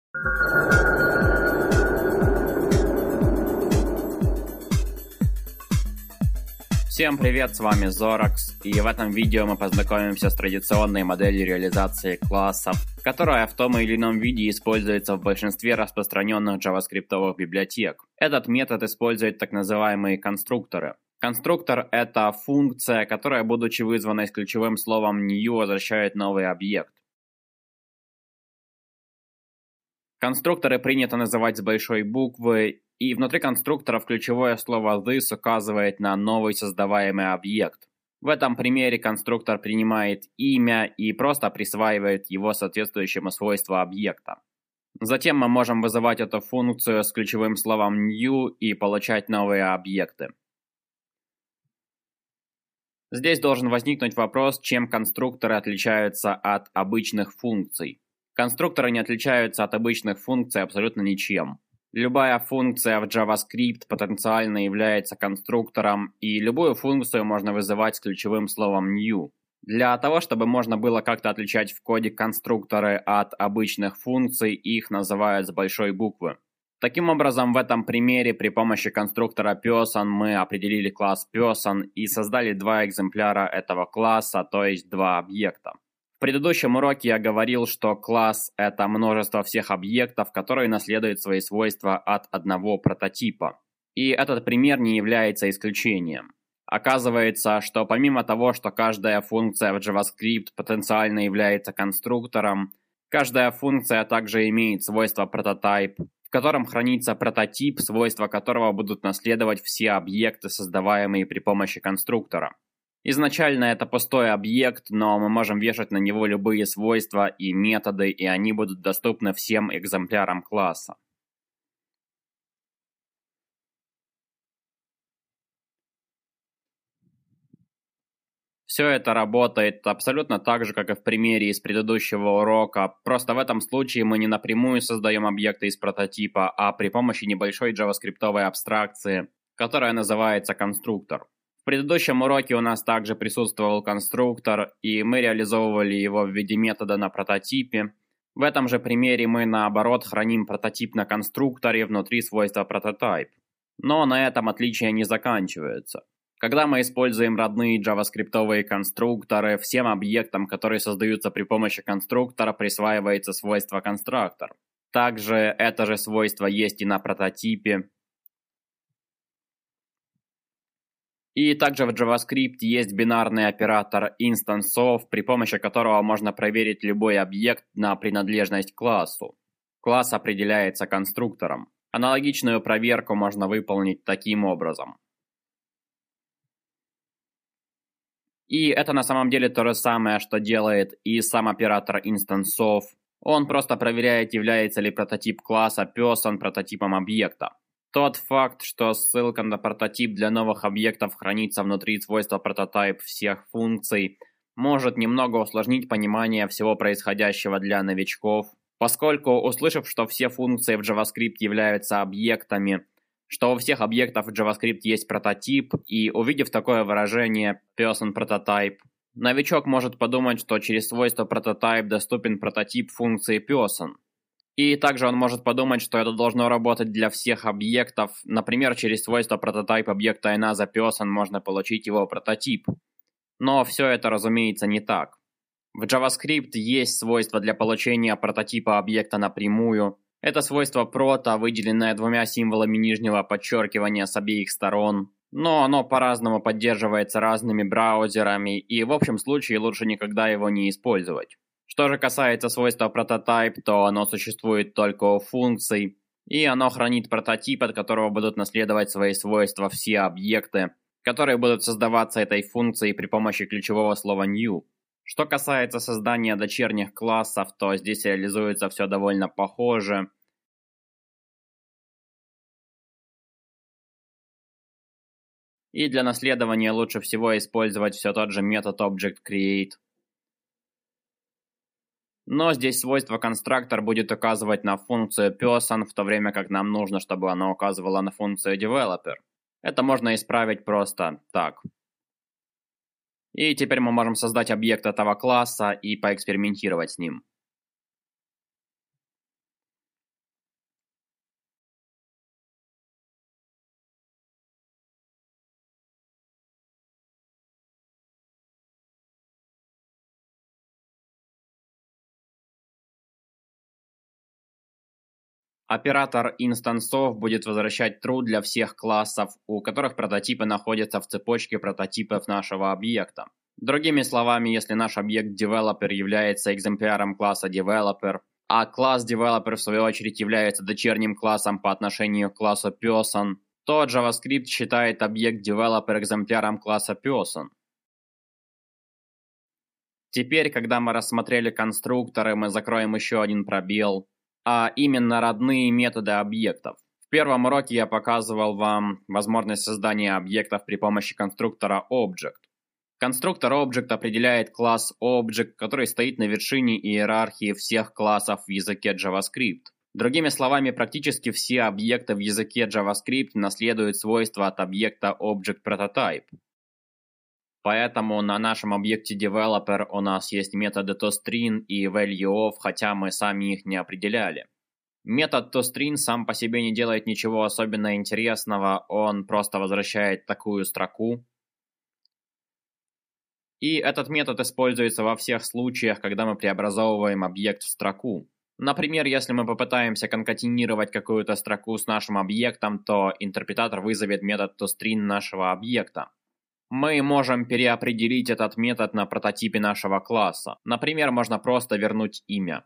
Всем привет, с вами Zorax, и в этом видео мы познакомимся с традиционной моделью реализации классов, которая в том или ином виде используется в большинстве распространенных джаваскриптовых библиотек. Этот метод использует так называемые конструкторы. Конструктор – это функция, которая, будучи вызванной с ключевым словом new, возвращает новый объект. Конструкторы принято называть с большой буквы, и внутри конструкторов ключевое слово this указывает на новый создаваемый объект. В этом примере конструктор принимает имя и просто присваивает его соответствующему свойству объекта. Затем мы можем вызывать эту функцию с ключевым словом new и получать новые объекты. Здесь должен возникнуть вопрос, чем конструкторы отличаются от обычных функций. Конструкторы не отличаются от обычных функций абсолютно ничем. Любая функция в JavaScript потенциально является конструктором, и любую функцию можно вызывать с ключевым словом new. Для того, чтобы можно было как-то отличать в коде конструкторы от обычных функций, их называют с большой буквы. Таким образом, в этом примере при помощи конструктора person мы определили класс person и создали два экземпляра этого класса, то есть два объекта. В предыдущем уроке я говорил, что класс – это множество всех объектов, которые наследуют свои свойства от одного прототипа. И этот пример не является исключением. Оказывается, что помимо того, что каждая функция в JavaScript потенциально является конструктором, каждая функция также имеет свойство prototype, в котором хранится прототип, свойства которого будут наследовать все объекты, создаваемые при помощи конструктора. Изначально это пустой объект, но мы можем вешать на него любые свойства и методы, и они будут доступны всем экземплярам класса. Все это работает абсолютно так же, как и в примере из предыдущего урока, просто в этом случае мы не напрямую создаем объекты из прототипа, а при помощи небольшой джаваскриптовой абстракции, которая называется конструктор. В предыдущем уроке у нас также присутствовал конструктор, и мы реализовывали его в виде метода на прототипе. В этом же примере мы, наоборот, храним прототип на конструкторе внутри свойства prototype. Но на этом отличия не заканчиваются. Когда мы используем родные джаваскриптовые конструкторы, всем объектам, которые создаются при помощи конструктора, присваивается свойство конструктор. Также это же свойство есть и на прототипе. И также в JavaScript есть бинарный оператор instance_of, при помощи которого можно проверить любой объект на принадлежность к классу. Класс определяется конструктором. Аналогичную проверку можно выполнить таким образом. И это на самом деле то же самое, что делает и сам оператор instance_of. Он просто проверяет, является ли прототип класса person прототипом объекта. Тот факт, что ссылка на прототип для новых объектов хранится внутри свойства prototype всех функций, может немного усложнить понимание всего происходящего для новичков, поскольку, услышав, что все функции в JavaScript являются объектами, что у всех объектов в JavaScript есть прототип, и увидев такое выражение person prototype, новичок может подумать, что через свойство prototype доступен прототип функции person. И также он может подумать, что это должно работать для всех объектов. Например, через свойство prototype объекта anotherPerson можно получить его прототип. Но все это, разумеется, не так. В JavaScript есть свойство для получения прототипа объекта напрямую. Это свойство proto, выделенное двумя символами нижнего подчеркивания с обеих сторон. Но оно по-разному поддерживается разными браузерами, и в общем случае лучше никогда его не использовать. Что же касается свойства prototype, то оно существует только у функций, и оно хранит прототип, от которого будут наследовать свои свойства все объекты, которые будут создаваться этой функцией при помощи ключевого слова new. Что касается создания дочерних классов, то здесь реализуется все довольно похоже. И для наследования лучше всего использовать все тот же метод object_create. Но здесь свойство конструктор будет указывать на функцию person, в то время как нам нужно, чтобы она указывала на функцию developer. Это можно исправить просто так. И теперь мы можем создать объект этого класса и поэкспериментировать с ним. Оператор инстансов будет возвращать true для всех классов, у которых прототипы находятся в цепочке прототипов нашего объекта. Другими словами, если наш объект developer является экземпляром класса developer, а класс developer в свою очередь является дочерним классом по отношению к классу person, то JavaScript считает объект developer экземпляром класса person. Теперь, когда мы рассмотрели конструкторы, мы закроем еще один пробел, а именно родные методы объектов. В первом уроке я показывал вам возможность создания объектов при помощи конструктора Object. Конструктор Object определяет класс Object, который стоит на вершине иерархии всех классов в языке JavaScript. Другими словами, практически все объекты в языке JavaScript наследуют свойства от объекта Object Prototype. Поэтому на нашем объекте Developer у нас есть методы toString и valueOf, хотя мы сами их не определяли. Метод toString сам по себе не делает ничего особенно интересного, он просто возвращает такую строку. И этот метод используется во всех случаях, когда мы преобразовываем объект в строку. Например, если мы попытаемся конкатинировать какую-то строку с нашим объектом, то интерпретатор вызовет метод toString нашего объекта. Мы можем переопределить этот метод на прототипе нашего класса. Например, можно просто вернуть имя.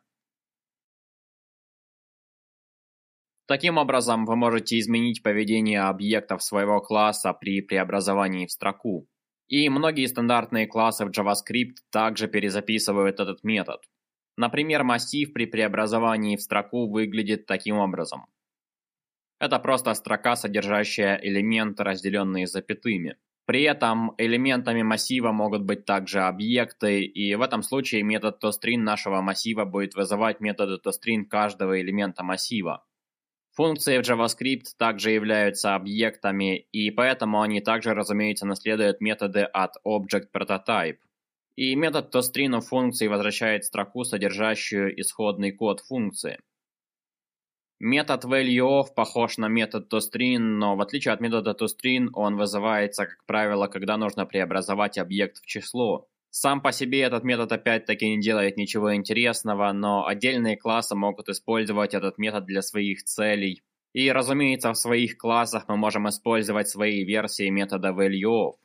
Таким образом, вы можете изменить поведение объектов своего класса при преобразовании в строку. И многие стандартные классы в JavaScript также перезаписывают этот метод. Например, массив при преобразовании в строку выглядит таким образом. Это просто строка, содержащая элементы, разделенные запятыми. При этом элементами массива могут быть также объекты, и в этом случае метод toString нашего массива будет вызывать методы toString каждого элемента массива. Функции в JavaScript также являются объектами, и поэтому они также, разумеется, наследуют методы от Object Prototype. И метод toString у функции возвращает строку, содержащую исходный код функции. Метод valueOf похож на метод toString, но в отличие от метода toString, он вызывается, как правило, когда нужно преобразовать объект в число. Сам по себе этот метод опять-таки не делает ничего интересного, но отдельные классы могут использовать этот метод для своих целей. И, разумеется, в своих классах мы можем использовать свои версии метода valueOf.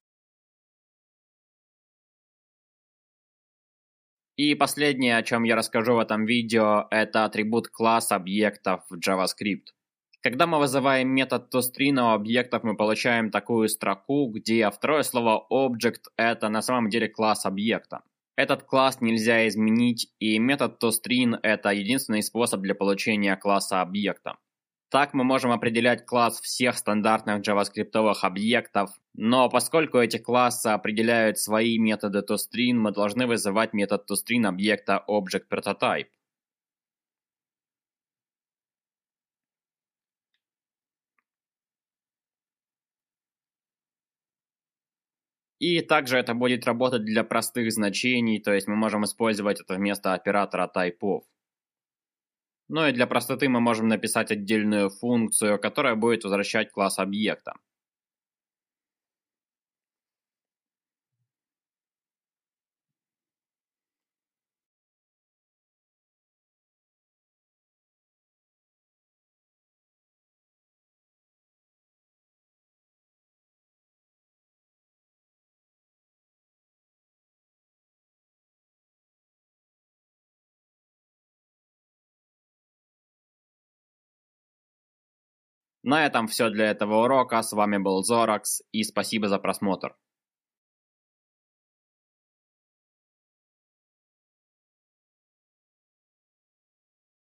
И последнее, о чем я расскажу в этом видео, это атрибут класс объектов в JavaScript. Когда мы вызываем метод toString у объектов, мы получаем такую строку, где второе слово object это на самом деле класс объекта. Этот класс нельзя изменить, и метод toString это единственный способ для получения класса объекта. Так мы можем определять класс всех стандартных джаваскриптовых объектов, но поскольку эти классы определяют свои методы toString, мы должны вызывать метод toString объекта Object Prototype. И также это будет работать для простых значений, то есть мы можем использовать это вместо оператора typeof. Ну и для простоты мы можем написать отдельную функцию, которая будет возвращать класс объекта. На этом все для этого урока. С вами был Zorax, и спасибо за просмотр.